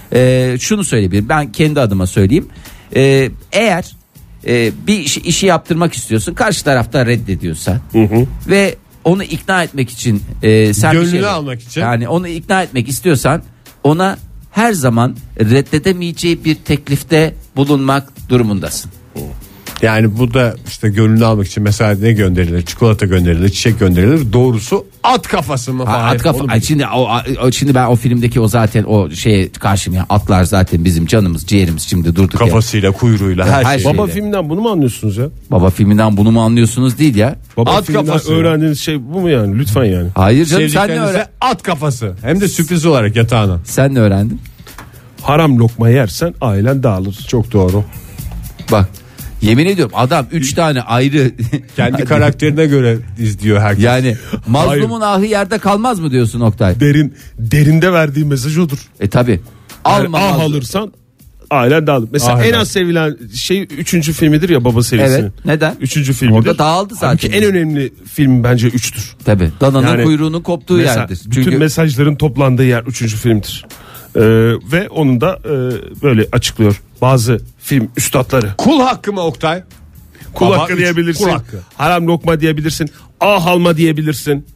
E, şunu söyleyebilirim, ben kendi adıma söyleyeyim. E, eğer e, bir işi, işi yaptırmak istiyorsun, karşı tarafta reddediyorsa ve onu ikna etmek için e, sen bir Gönlünü şey, almak için. yani onu ikna etmek istiyorsan ona her zaman reddedemeyeceği bir teklifte bulunmak durumundasın. Yani bu da işte gönlünü almak için mesela ne gönderilir? Çikolata gönderilir, çiçek gönderilir. Doğrusu at kafası mı? Ha, Fahir? at kafa. Onu Ay, şimdi o, o- şimdi ben o filmdeki o zaten o şeye karşıyım ya. Atlar zaten bizim canımız, ciğerimiz, şimdi durduk ya. kafasıyla, kuyruğuyla, her, Her şey. şey. Baba Şeyle. filminden bunu mu anlıyorsunuz ya? Baba filminden bunu mu anlıyorsunuz değil ya. Baba At filminden kafası. öğrendiğiniz şey bu mu yani? Lütfen yani. Hayır canım, sen ne Sevdiklerinize öğren? at kafası. Hem de sürpriz olarak yatağına. Sen ne öğrendin? Haram lokma yersen ailen dağılır. Çok doğru. Bak, yemin ediyorum adam üç tane ayrı Kendi karakterine göre izliyor herkes. yani mazlumun ahı yerde kalmaz mı diyorsun Oktay? Derin derinde verdiği mesaj odur. E tabi. Yani Alma ah mazlum. alırsan ailen dağılır. Mesela Ah en eder. az sevilen şey üçüncü filmidir ya Baba serisinin. Evet, neden? Üçüncü filmidir. Orada dağıldı zaten. Halbuki en önemli film bence üçtür. Tabi. Dananın Yani kuyruğunun koptuğu Mesela yerdir. bütün Çünkü mesajların toplandığı yer üçüncü filmdir. Ee, ve onun da e, böyle açıklıyor bazı film üstadları. Kul hakkı mı Oktay? Kul Baba hakkı üç, diyebilirsin. kul hakkı. Haram lokma diyebilirsin. Ah alma diyebilirsin.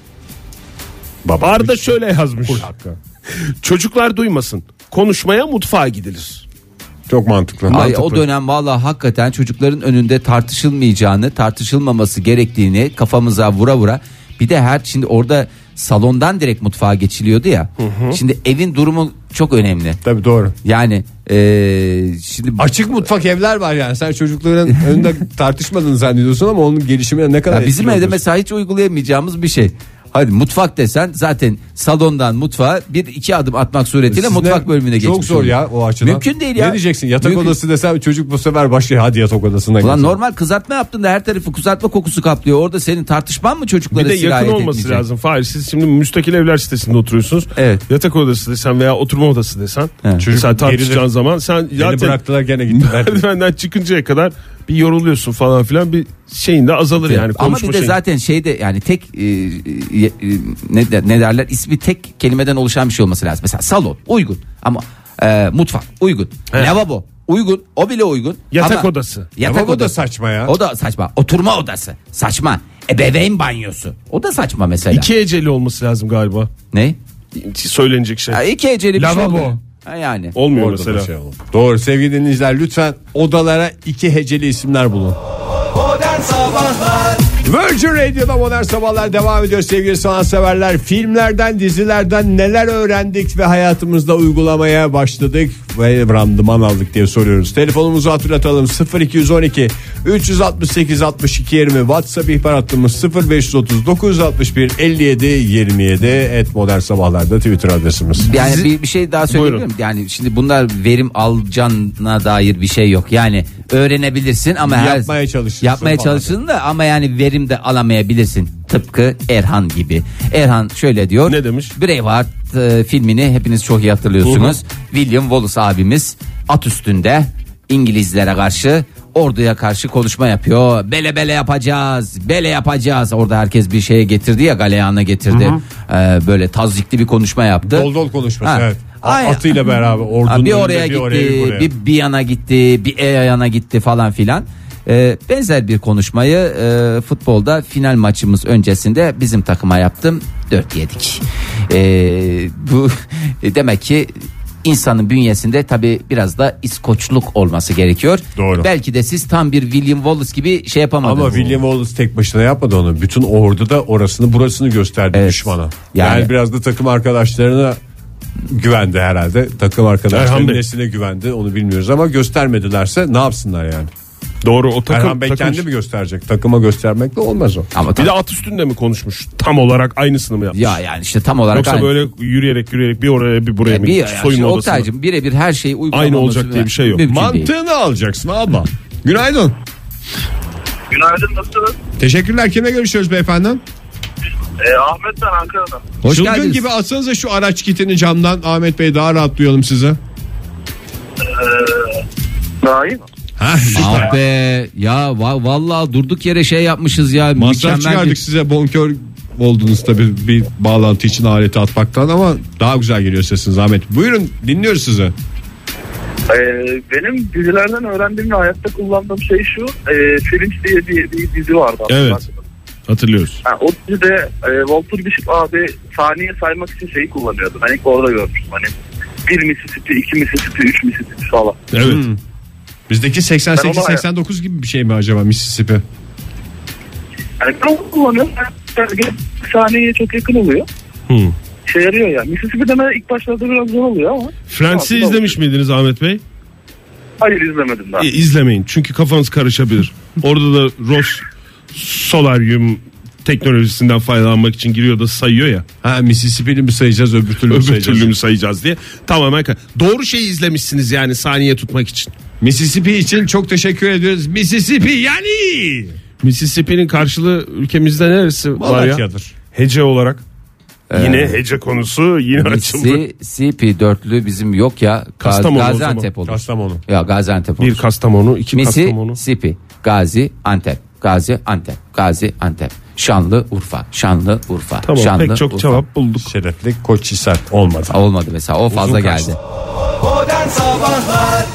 Baba Arda üç, şöyle yazmış. kul hakkı. Çocuklar duymasın. Konuşmaya mutfağa gidilir. Çok mantıklı. ay, mantıklı. o dönem vallahi hakikaten çocukların önünde tartışılmayacağını, tartışılmaması gerektiğini kafamıza vura vura. Bir de her şimdi orada salondan direkt mutfağa geçiliyordu ya. Şimdi evin durumu çok önemli. Tabii doğru. Yani eee, şimdi Açık mutfak evler var yani. Sen çocukların önünde tartışmadığını zannediyorsun ama onun gelişimine ne kadar ya bizim etkili evde oluyorsun. mesela hiç uygulayamayacağımız bir şey. Hadi mutfak desen zaten salondan mutfağa bir iki adım atmak suretiyle Sizde mutfak bölümüne geçmiş çok zor oluyor. ya o açıdan. Mümkün değil ya. Ne diyeceksin yatak Mümkün. odası desem çocuk bu sefer başlıyor hadi yatak odasına Ulan git. normal kızartma yaptın da her tarafı kızartma kokusu kaplıyor. Orada senin tartışman mı çocuklara Bir de sirayet yakın olması etmeyecek? lazım. Fahir siz şimdi müstakil evler sitesinde oturuyorsunuz. Evet. Yatak odası desen veya oturma odası desen. Evet. Çocuk sen tartışacağın gerilir. zaman sen Beni zaten bıraktılar gene gittiler. merdivenden çıkıncaya kadar bir yoruluyorsun falan filan, bir şeyin de azalır yani. Ama Konuşma bir de şeyin. zaten şeyde yani tek e, e, e, ne, der- ne derler ismi tek kelimeden oluşan bir şey olması lazım. Mesela salon uygun ama e, mutfak uygun. Evet. Lavabo uygun. O bile uygun. Yatak Ama- odası. Yatak Lavabo da odası. saçma ya. O da saçma. Oturma odası saçma. Ebeveyn banyosu. O da saçma mesela. İki eceli olması lazım galiba. Ne? Söylenecek şey. Ya iki eceli bir şey Lavabo. oluyor. Ha yani. Olmuyor Orada da mesela. şey oldu. Doğru sevgili dinleyiciler lütfen odalara iki heceli isimler bulun. Modern Sabahlar Virgin Radio'da Modern Sabahlar devam ediyor sevgili sanatseverler. Filmlerden, dizilerden neler öğrendik ve hayatımızda uygulamaya başladık ve randıman aldık diye soruyoruz. Telefonumuzu hatırlatalım sıfır iki on iki üç altı sekiz altmış iki yirmi, WhatsApp ihbar hattımız sıfır beş otuz dokuz altmış bir elli yedi yirmi yedi et Modern Sabahlar'da Twitter adresimiz. Yani bir, bir şey daha söyleyebilir miyim? Yani şimdi bunlar verim alacağına dair bir şey yok. Yani öğrenebilirsin ama her Yapmaya çalışırsın Yapmaya falan. çalışırsın da ama yani verim de alamayabilirsin. Tıpkı Erhan gibi. Erhan şöyle diyor. Ne demiş? Braveheart e, filmini hepiniz çok iyi hatırlıyorsunuz. William Wallace abimiz at üstünde İngilizlere karşı, orduya karşı konuşma yapıyor. Bele bele yapacağız, bele yapacağız. Orada herkes bir şeye getirdi ya, galeyana getirdi. Ee, böyle tazikli bir konuşma yaptı. Dol dol konuşması Ha. evet. Ay- Atıyla beraber ordunun Ha, bir önünde, oraya bir gitti, oraya, bir buraya. bir bir yana gitti, bir e yana gitti falan filan. Ee, benzer bir konuşmayı e, futbolda final maçımız öncesinde bizim takıma yaptım. dört yedik. Ee, bu demek ki insanın bünyesinde tabii biraz da İskoçluk olması gerekiyor. Doğru. Belki de siz tam bir William Wallace gibi şey yapamadınız. Ama William Wallace tek başına yapmadı onu. Bütün ordu da orasını burasını gösterdi Evet. düşmana. Yani, Yani- biraz da takım arkadaşlarına güvendi herhalde. Takım Erhan arkadaşlarının Bey. nesine güvendi onu bilmiyoruz ama göstermedilerse ne yapsınlar yani? Doğru, o takım. Erhan Bey takım- kendi mi gösterecek? Takıma göstermekle olmaz o. Ama Bir tabii- de at üstünde mi konuşmuş? Tam olarak aynısını mı yapmış? ya yani işte tam olarak Yoksa aynı. böyle yürüyerek yürüyerek bir oraya bir buraya Ya mı bir gitmiş? yani Soyunma işte odasına. Oktay'cığım birebir her şeyi uygulamamız Aynı olacak diye bir şey yok. mümkün değil. Mantığını alacaksın abla. Günaydın. Günaydın, nasılsınız? Teşekkürler. Kimle görüşüyoruz beyefendi? Ee, Ahmet ben Ankara'dan. Hoş Çılgın geldiniz. gibi atsanıza şu araç kitini camdan Ahmet Bey, daha rahat duyalım sizi. Ee, daha iyi mi? Ha, Ah be ya va- vallahi durduk yere şey yapmışız ya. masraf mükemmel çıkardık bir- size, bonkör oldunuz tabii bir bağlantı için aleti atmaktan ama daha güzel geliyor sesiniz Ahmet. Buyurun dinliyoruz sizi. Ee, benim dizilerden öğrendiğim ve hayatta kullandığım şey şu. E, Fringe diye bir, bir dizi vardı. Evet. hatırlarsınız. Hatırlıyoruz. Ha, o dizide e, Walter Bishop abi saniye saymak için şeyi kullanıyordu. Ben ilk orada görmüştüm. Hani bir Mississippi, iki Mississippi, üç Mississippi falan. Evet. Hmm. Bizdeki seksen sekiz Ben ona- seksen dokuz gibi bir şey mi acaba Mississippi? Hani ben onu kullanıyorum. Yani saniyeye çok yakın oluyor. Hmm. İşe yarıyor ya. Mississippi deme ilk başlarda biraz zor oluyor ama. Friends'i Tamam, izlemiş miydiniz Ahmet Bey? Hayır izlemedim daha. E, izlemeyin çünkü kafanız karışabilir. Orada da Ross solaryum teknolojisinden faydalanmak için giriyor da sayıyor ya. Ha Mississippi'ni mi sayacağız öbür türlü mü Öbür sayacağız? türlü mü sayacağız diye. Tamamen ka- doğru şeyi izlemişsiniz yani saniye tutmak için. Mississippi için çok teşekkür ediyoruz. Mississippi yani. Mississippi'nin karşılığı ülkemizde neresi var ya? Malatya'dır. Hece olarak. Yine hece konusu yine açıldı. Mississippi dörtlü bizim yok ya. Gaz- Kastamonu o Gaziantep olur. Kastamonu. Ya Gaziantep olur. Bir Kastamonu, iki Kastamonu. Mississippi, Gazi, Antep, Gazi, Antep, Gazi, Antep. Şanlı Urfa, Şanlı Urfa. Tamam Şanlı, pek çok Urfa. cevap bulduk. Şerefli Koçhisar olmadı. Olmadı mesela o fazla kaçtı. geldi. Modern Sabahlar.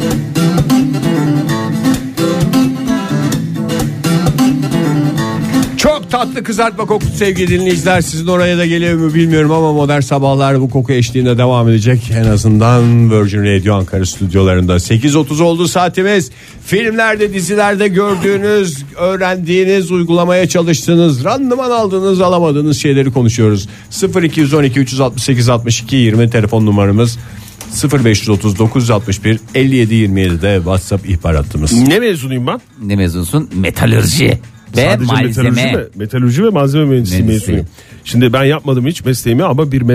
Çok tatlı kızartma kokusu sevgili dinleyiciler. Sizin oraya da geliyor mu bilmiyorum ama modern sabahlar bu koku eşliğinde devam edecek. En azından Virgin Radio Ankara stüdyolarında. sekiz otuz oldu saatimiz. Filmlerde, dizilerde gördüğünüz, öğrendiğiniz, uygulamaya çalıştığınız, randıman aldığınız, alamadığınız şeyleri konuşuyoruz. sıfır iki on iki üç altı sekiz altmış iki yirmi telefon numaramız. sıfır beş otuz dokuz altmış bir elli yedi yirmi yedi de WhatsApp ihbar hattımız. Ne mezunuyum ben? Ne mezunsun? Metalürji ve Sadece malzeme. metalürji, mi? metalürji ve malzeme mühendisliği Mühendisliği. mezunuyum. Şimdi ben yapmadım hiç mesleğimi ama bir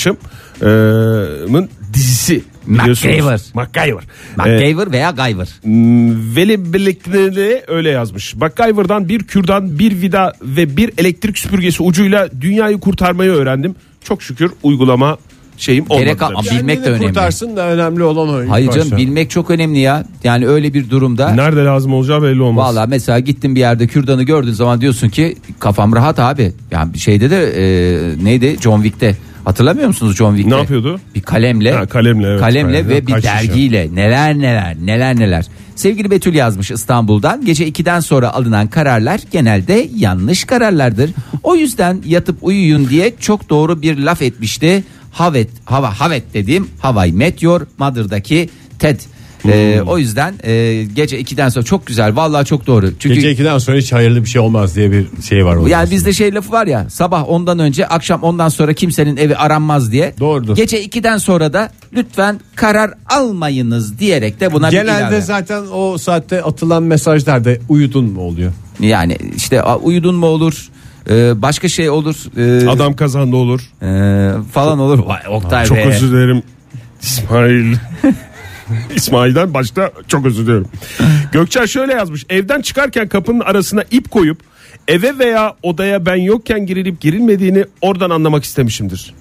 meslektaşımın dizisi biliyorsunuz. MacGyver. MacGyver. Ee, MacGyver veya Guyver. Veli bilekleri öyle yazmış. MacGyver'dan bir kürdan, bir vida ve bir elektrik süpürgesi ucuyla dünyayı kurtarmayı öğrendim. Çok şükür uygulama şeyim olmadı. Gerek al- demiş. bilmek de Kendini önemli. kurtarsın da önemli olan o. ilk Hayır canım başta. bilmek çok önemli ya. Yani öyle bir durumda. Nerede lazım olacağı belli olmaz. Valla mesela gittin bir yerde kürdanı gördüğün zaman diyorsun ki kafam rahat abi. Yani bir şeyde de e, neydi John Wick'te hatırlamıyor musunuz John Wick'te? Ne yapıyordu? Bir kalemle. Ha, kalemle, evet. Kalemle Kalemle. ve bir Kaç dergiyle neler neler neler neler. Sevgili Betül yazmış İstanbul'dan. Gece ikiden sonra alınan kararlar genelde yanlış kararlardır. O yüzden yatıp uyuyun diye çok doğru bir laf etmişti. Havet, hava havet dediğim Havai Meteor Mother'daki Ted. Ee, o yüzden e, gece ikiden sonra çok güzel vallahi çok doğru. Çünkü Gece ikiden sonra hiç hayırlı bir şey olmaz diye bir şey var. orada. yani bizde şey lafı var ya sabah ondan önce akşam ondan sonra kimsenin evi aranmaz diye. Doğrudur. Gece ikiden sonra da lütfen karar almayınız diyerek de buna bir Genelde ilave. zaten o saatte atılan mesajlarda uyudun mu oluyor? Yani işte a, uyudun mu olur e, başka şey olur e, Adam kazandı olur. e, falan olur. Vay, Oktay Çok be. özür dilerim İsmail. İsmail'den başta çok özür diliyorum. Gökçer şöyle yazmış. Evden çıkarken kapının arasına ip koyup eve veya odaya ben yokken girilip girilmediğini oradan anlamak istemişimdir.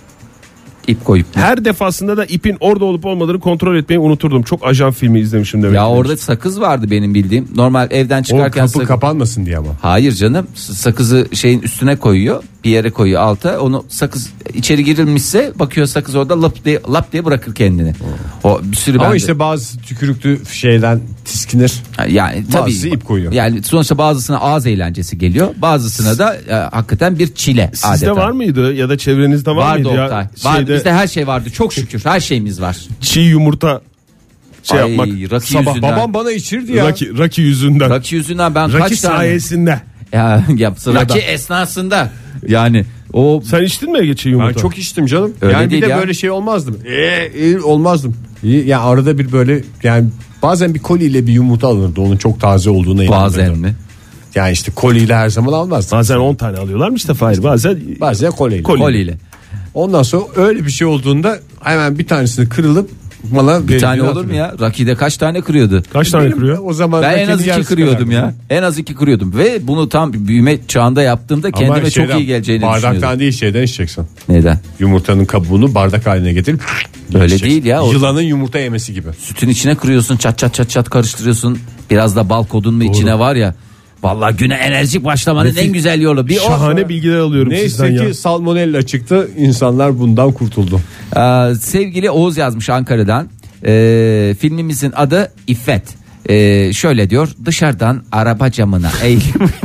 İp koyup. Her defasında da ipin orada olup olmadığını kontrol etmeyi unuturdum. Çok ajan filmi izlemişim demek. Ya ki. orada sakız vardı benim bildiğim. Normal evden O çıkarken kapı sakız. kapanmasın diye ama. Hayır canım s- sakızı şeyin üstüne koyuyor bir yere koyuyor alta onu sakız içeri girilmişse bakıyor sakız orada lap diye, lap diye bırakır kendini. O bir sürü Ama bende- işte bazı tükürüklü şeyden tiskinir. yani tabii bazısı ip koyuyor. Yani sonuçta bazısına ağız eğlencesi geliyor bazısına da e, hakikaten bir çile Sizde adeta. var mıydı ya da çevrenizde var Vardı mıydı Oktay. ya? Var, Şeyde bizde her şey vardı çok şükür her şeyimiz var. çiğ yumurta şey Ay, yapmak. rakı Sabah yüzünden. Babam bana içirdi ya. Raki, Raki yüzünden. Raki, Rakı yüzünden ben kaç tane sayesinde. ya, ya rakı esnasında yani o Sen içtin mi çiğ Ben yumurta? çok içtim canım. Öyle yani bir değil de ya. böyle şey olmazdım. Ee, e, olmazdım. Yani arada bir böyle yani bazen bir koliyle bir yumurta alınırdı. Onun çok taze olduğuna inanırdım. bazen mi? Yani işte koliyle her zaman almazdım. Bazen on tane alıyorlarmış da Fahir bazen Bazen koliyle. Koli. Koliyle. Ondan sonra öyle bir şey olduğunda hemen bir tanesini kırılıp bana Bir tane olur mu ya? Raki'de kaç tane kırıyordu? kaç tane kırıyor? O zaman Ben en az rakinin iki yarısı kırıyordum kadar. ya. En az iki kırıyordum ve bunu tam büyüme çağında yaptığımda Ama kendime şeyden, çok iyi geleceğini bardaktan düşünüyordum. değil şeyden içeceksin. Neden? Yumurtanın kabuğunu bardak haline getirip Öyle içeceksin. değil ya, o- Yılanın yumurta yemesi gibi. Sütün içine kırıyorsun, çat çat çat çat karıştırıyorsun. Biraz da bal kodun mu içine var ya. Vallahi güne enerjik başlamanın en güzel yolu. Bir o. Şahane bilgiler alıyorum sizden Neyse ya. ki salmonella çıktı. İnsanlar bundan kurtuldu. Ee, sevgili Oğuz yazmış Ankara'dan. Ee, filmimizin adı İffet. Ee, şöyle diyor, dışarıdan araba camına eğilip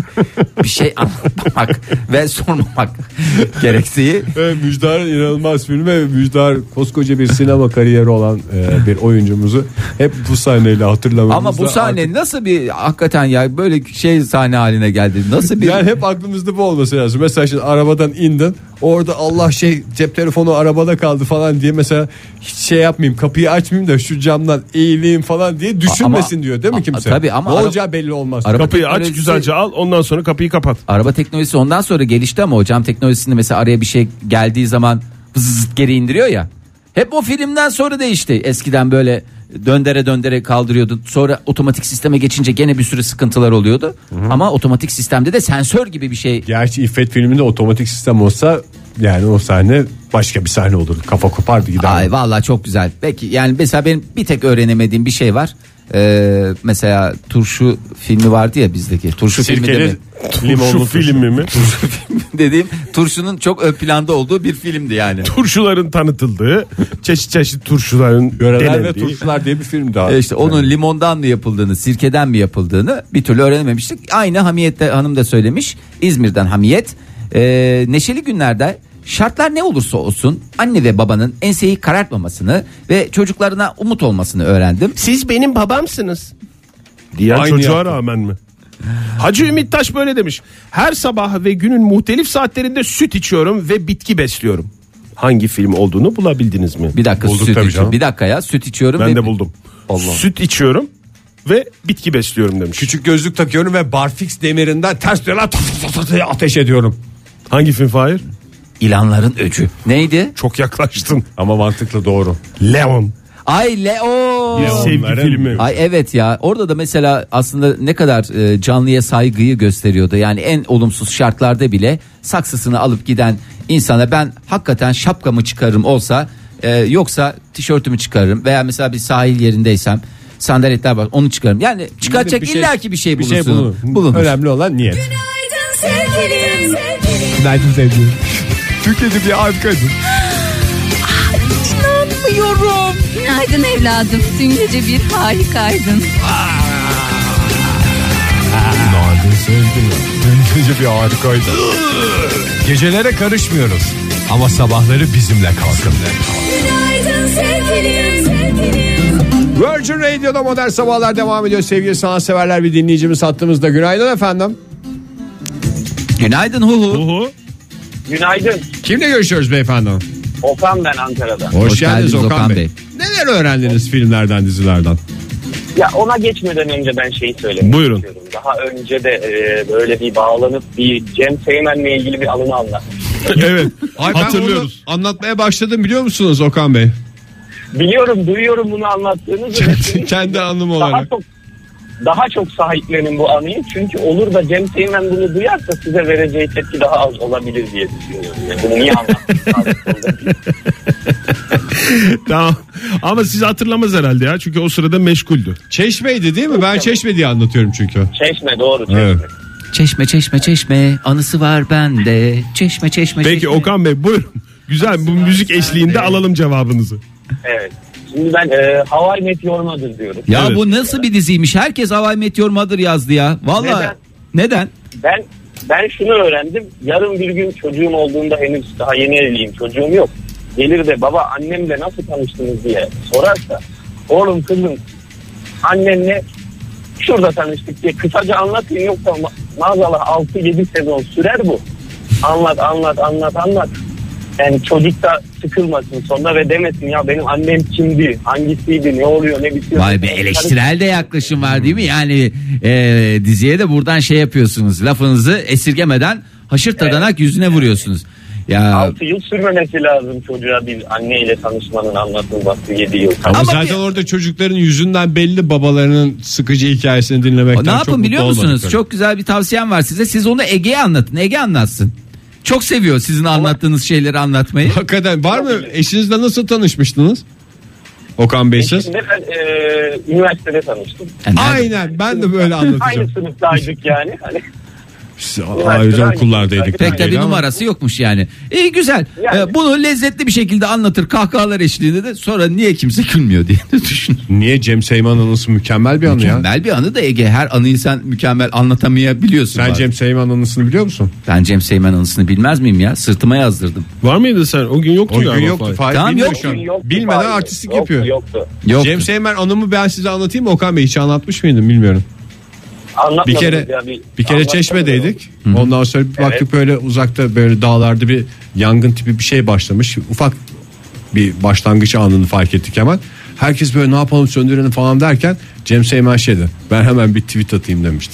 bir şey anlatmak ve sormamak gerektiği. Evet, Müjdar'ın inanılmaz filmi ve Müjdar koskoca bir sinema kariyeri olan e, bir oyuncumuzu hep bu sahneyle hatırlamamız. Ama bu sahne artık... nasıl bir hakikaten ya böyle şey sahne haline geldi. Nasıl bir Yani hep aklımızda bu olması lazım. Mesela şimdi arabadan indin, orada Allah şey cep telefonu arabada kaldı falan diye mesela hiç şey yapmayayım, kapıyı açmayayım da şu camdan eğileyim falan diye düşünmesin ama, diyor değil mi a, kimse? Tabii ama ne ara, olacağı belli olmaz. Araba Kapıyı teknolojisi, aç güzelce al, ondan sonra kapıyı kapat. Araba teknolojisi ondan sonra gelişti ama o cam teknolojisinde mesela araya bir şey geldiği zaman zıt geri indiriyor ya. Hep o filmden sonra değişti. Eskiden böyle döndere döndere kaldırıyordu. Sonra otomatik sisteme geçince gene bir sürü sıkıntılar oluyordu. Hı-hı. Ama otomatik sistemde de sensör gibi bir şey. Gerçi İffet filminde otomatik sistem olsa yani o sahne başka bir sahne olurdu. Kafa kopardı gider. Ay vallahi çok güzel. Peki yani mesela benim bir tek öğrenemediğim bir şey var. Ee, mesela turşu filmi vardı ya bizdeki. Turşu filmi de mi? Turşu filmi mi? Turşu filmi dediğim turşunun çok ön planda olduğu bir filmdi yani. Turşuların tanıtıldığı, çeşit çeşit turşuların Göreler ve denendiği. turşular diye bir film daha. E işte onun limondan mı yapıldığını, sirkeden mi yapıldığını bir türlü öğrenememiştik. Aynı Hamiyet'te hanım da söylemiş. İzmir'den Hamiyet. Ee, neşeli günlerde şartlar ne olursa olsun anne ve babanın enseyi karartmamasını ve çocuklarına umut olmasını öğrendim. Siz benim babamsınız diyen Aynı çocuğa yaptım. rağmen mi? Hacı Ümit Taş böyle demiş. Her sabah ve günün muhtelif saatlerinde süt içiyorum ve bitki besliyorum. Hangi film olduğunu bulabildiniz mi? Bir dakika Bulduk süt tabii içiyorum. canım. Bir dakika ya süt içiyorum. Ben ve... de buldum. Allah. Süt içiyorum ve bitki besliyorum demiş. Küçük gözlük takıyorum ve barfix demirinden ters dönen ateş ediyorum. Hangi film Fahir? İlanların öcü. Neydi? Çok yaklaştın. Ama mantıklı doğru. Leon. Ay Leo. Bir sevgi Leonların- filmi. Ay evet ya orada da mesela aslında ne kadar e, canlıya saygıyı gösteriyordu. Yani en olumsuz şartlarda bile saksısını alıp giden insana ben hakikaten şapkamı çıkarırım olsa e, yoksa tişörtümü çıkarırım veya mesela bir sahil yerindeysem sandaletler var onu çıkarırım. Yani çıkaracak Bir şey- illaki bir şey Bir bulursun. şey bulunur. bulunur. Önemli olan niyet. Sevgilim, sevgilim. Günaydın sevgilim. Türkiye'de bir harikaydın. İnanmıyorum. Günaydın evladım. Dün gece bir harikaydın. Günaydın sevgilim. Dün gece bir harikaydın. Gecelere karışmıyoruz. Ama sabahları bizimle kalkın. Günaydın sevgilim, sevgilim. Virgin Radio'da Modern Sabahlar devam ediyor sevgili sanatseverler. Bir dinleyicimiz hattımızda. Günaydın efendim. Günaydın hu hu. Uhu. Günaydın. Kimle görüşüyoruz beyefendi? Okan ben Ankara'da. Hoş, Hoş geldiniz geldiniz Okan, Okan Bey. Bey. Neler öğrendiniz filmlerden, dizilerden? Ya ona geçmeden önce ben şeyi söylemek Buyurun. istiyorum. Daha önce de e, böyle bir bağlanıp bir Cem Teğmen'le ilgili bir anımı anlatmıştım. Evet. Ay, ben Hatırlıyoruz. onu anlatmaya başladım biliyor musunuz Okan Bey? Biliyorum, duyuyorum bunu anlattığınızı. Kendi, kendi anım daha olarak. çok daha çok sahiplenin bu anıyı. Çünkü olur da Cem Teğmen bunu duyarsa size vereceği tepki daha az olabilir diye düşünüyorum. Yani bunu niye anlattınız? Tamam. Ama siz hatırlamaz herhalde ya. Çünkü o sırada meşguldü. Çeşme'ydi değil mi? Ben Çeşme diye anlatıyorum çünkü. Çeşme, doğru Çeşme. Evet. Çeşme çeşme çeşme anısı var bende. Çeşme çeşme Peki çeşme. Okan Bey buyurun. Güzel, bu müzik eşliğinde alalım cevabınızı. Evet. Şimdi ben e, Hawaii Meteor Mother diyorum. Ya Evet. bu nasıl bir diziymiş? Herkes Hawaii Meteor Mother yazdı ya. Vallahi. Neden? Neden? Ben ben şunu öğrendim. Yarın bir gün çocuğum olduğunda, henüz daha yeni evliyim, çocuğum yok. Gelir de baba annemle nasıl tanıştınız diye sorarsa, oğlum kızım annenle şurada tanıştık diye kısaca anlatayım, yoksa ma- maazallah altı yedi sezon sürer bu. Anlat anlat anlat anlat. Yani çocuk da sıkılmasın sonra ve demesin ya benim annem kimdi, hangisiydi, ne oluyor, ne bitiyor. Vay be, eleştirel de yaklaşım var değil mi? Yani e, diziye de buradan şey yapıyorsunuz. Lafınızı esirgemeden haşır tadanak yüzüne vuruyorsunuz. Ya altı yıl sürmemesi lazım çocuğa bir anneyle tanışmanın anlatılması, yedi yıl. Ama, Ama zaten bir- orada çocukların yüzünden belli babalarının sıkıcı hikayesini dinlemekten ne çok yapın mutlu biliyor musunuz? olmadıkları. Çok güzel bir tavsiyem var size. Siz onu Ege'ye anlatın. Ege anlatsın. Çok seviyor sizin anlattığınız şeyleri anlatmayı. Hakikaten var mı? Eşinizle nasıl tanışmıştınız? Okan Bey siz? Şimdi ben e, üniversitede tanıştım. Yani nerede- Aynen, ben de böyle Aynı anlatacağım. sınıftaydık yani. Hani ayrıca okullardaydık. Pek de bir ama. numarası yokmuş yani. İyi güzel. Yani. Ee, bunu lezzetli bir şekilde anlatır kahkahalar eşliğinde de sonra niye kimse gülmüyor diye de düşün. Niye Cem Seyman anısı mükemmel bir anı ya. Mükemmel bir anı da Ege, her anıyı sen mükemmel anlatamayabiliyorsun. Sen bazen. Cem Seyman anısını biliyor musun? Ben Cem Seymen anısını bilmez miyim ya? Sırtıma yazdırdım. Var mıydı sen? O gün yoktu O gün galiba. yoktu. Fahir. Fahir Tamam, bilmiyor yok. şu an. Yoktu, Bilmeden Fahir. artistlik Yoktu, yapıyor. Yoktu. Yok. Cem Seymen anımı ben size anlatayım mı? Okan Bey hiç anlatmış mıydım bilmiyorum. Bir Anlatmadınız kere ya, bir, bir kere anlatmadınız Çeşme'deydik. ya. Ondan sonra bir baktık Evet. böyle uzakta böyle dağlarda bir yangın tipi bir şey başlamış. Ufak bir başlangıç anını fark ettik hemen. Herkes böyle ne yapalım söndürelim falan derken Cem Seymen şeydi. Ben hemen bir tweet atayım demişti.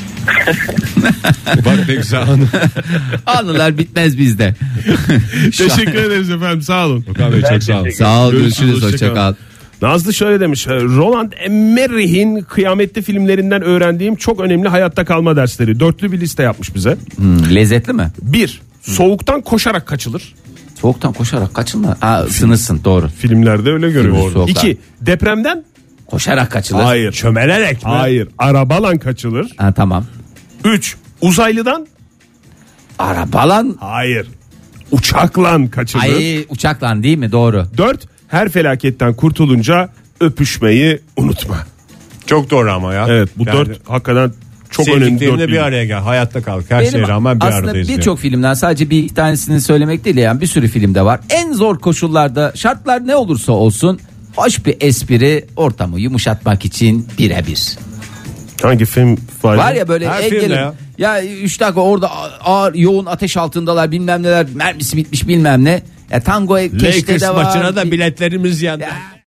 Bak ne güzel anı. Anılar bitmez bizde. Teşekkür ederiz efendim, sağ olun. Okan Bey Ben çok sağ olun. teşekkür Sağ ol, Görüşürüz, görüşürüz, hoşça hoşça kal. kal. Nazlı şöyle demiş. Roland Emmerich'in Kıyametli filmlerinden öğrendiğim çok önemli hayatta kalma dersleri. Dörtlü bir liste yapmış bize. Hmm, lezzetli mi? Bir, soğuktan koşarak kaçılır. Soğuktan koşarak kaçılma. Aa, ısınırsın, doğru. Filmlerde öyle görüyoruz. Soğuktan. İki, depremden. Koşarak kaçılır. Hayır. Çömelerek mi? Hayır. Arabalan kaçılır. Ha, tamam. Üç, uzaylıdan. Arabalan. Hayır. Uçaklan kaçılır. Ay, uçakla değil mi? Doğru. Dört, her felaketten kurtulunca öpüşmeyi unutma. Çok doğru ama ya. Evet, bu Yani dört hakikaten çok önemli dört sevdiklerinle bir bilgi. araya gel. Hayatta kal. Her şeye Benim rağmen bir aslında aradayız. diye. birçok filmden sadece bir tanesini söylemek değil, yani bir sürü filmde var. En zor koşullarda, şartlar ne olursa olsun, hoş bir espri ortamı yumuşatmak için birebir. Hangi film var? Var ya böyle Her engelin. filmde Ya. ya. üç dakika orada ağır yoğun ateş altındalar, bilmem neler, mermisi bitmiş bilmem ne. Ya tango keşte Lakers de var. maçına da biletlerimiz yandı. Ya.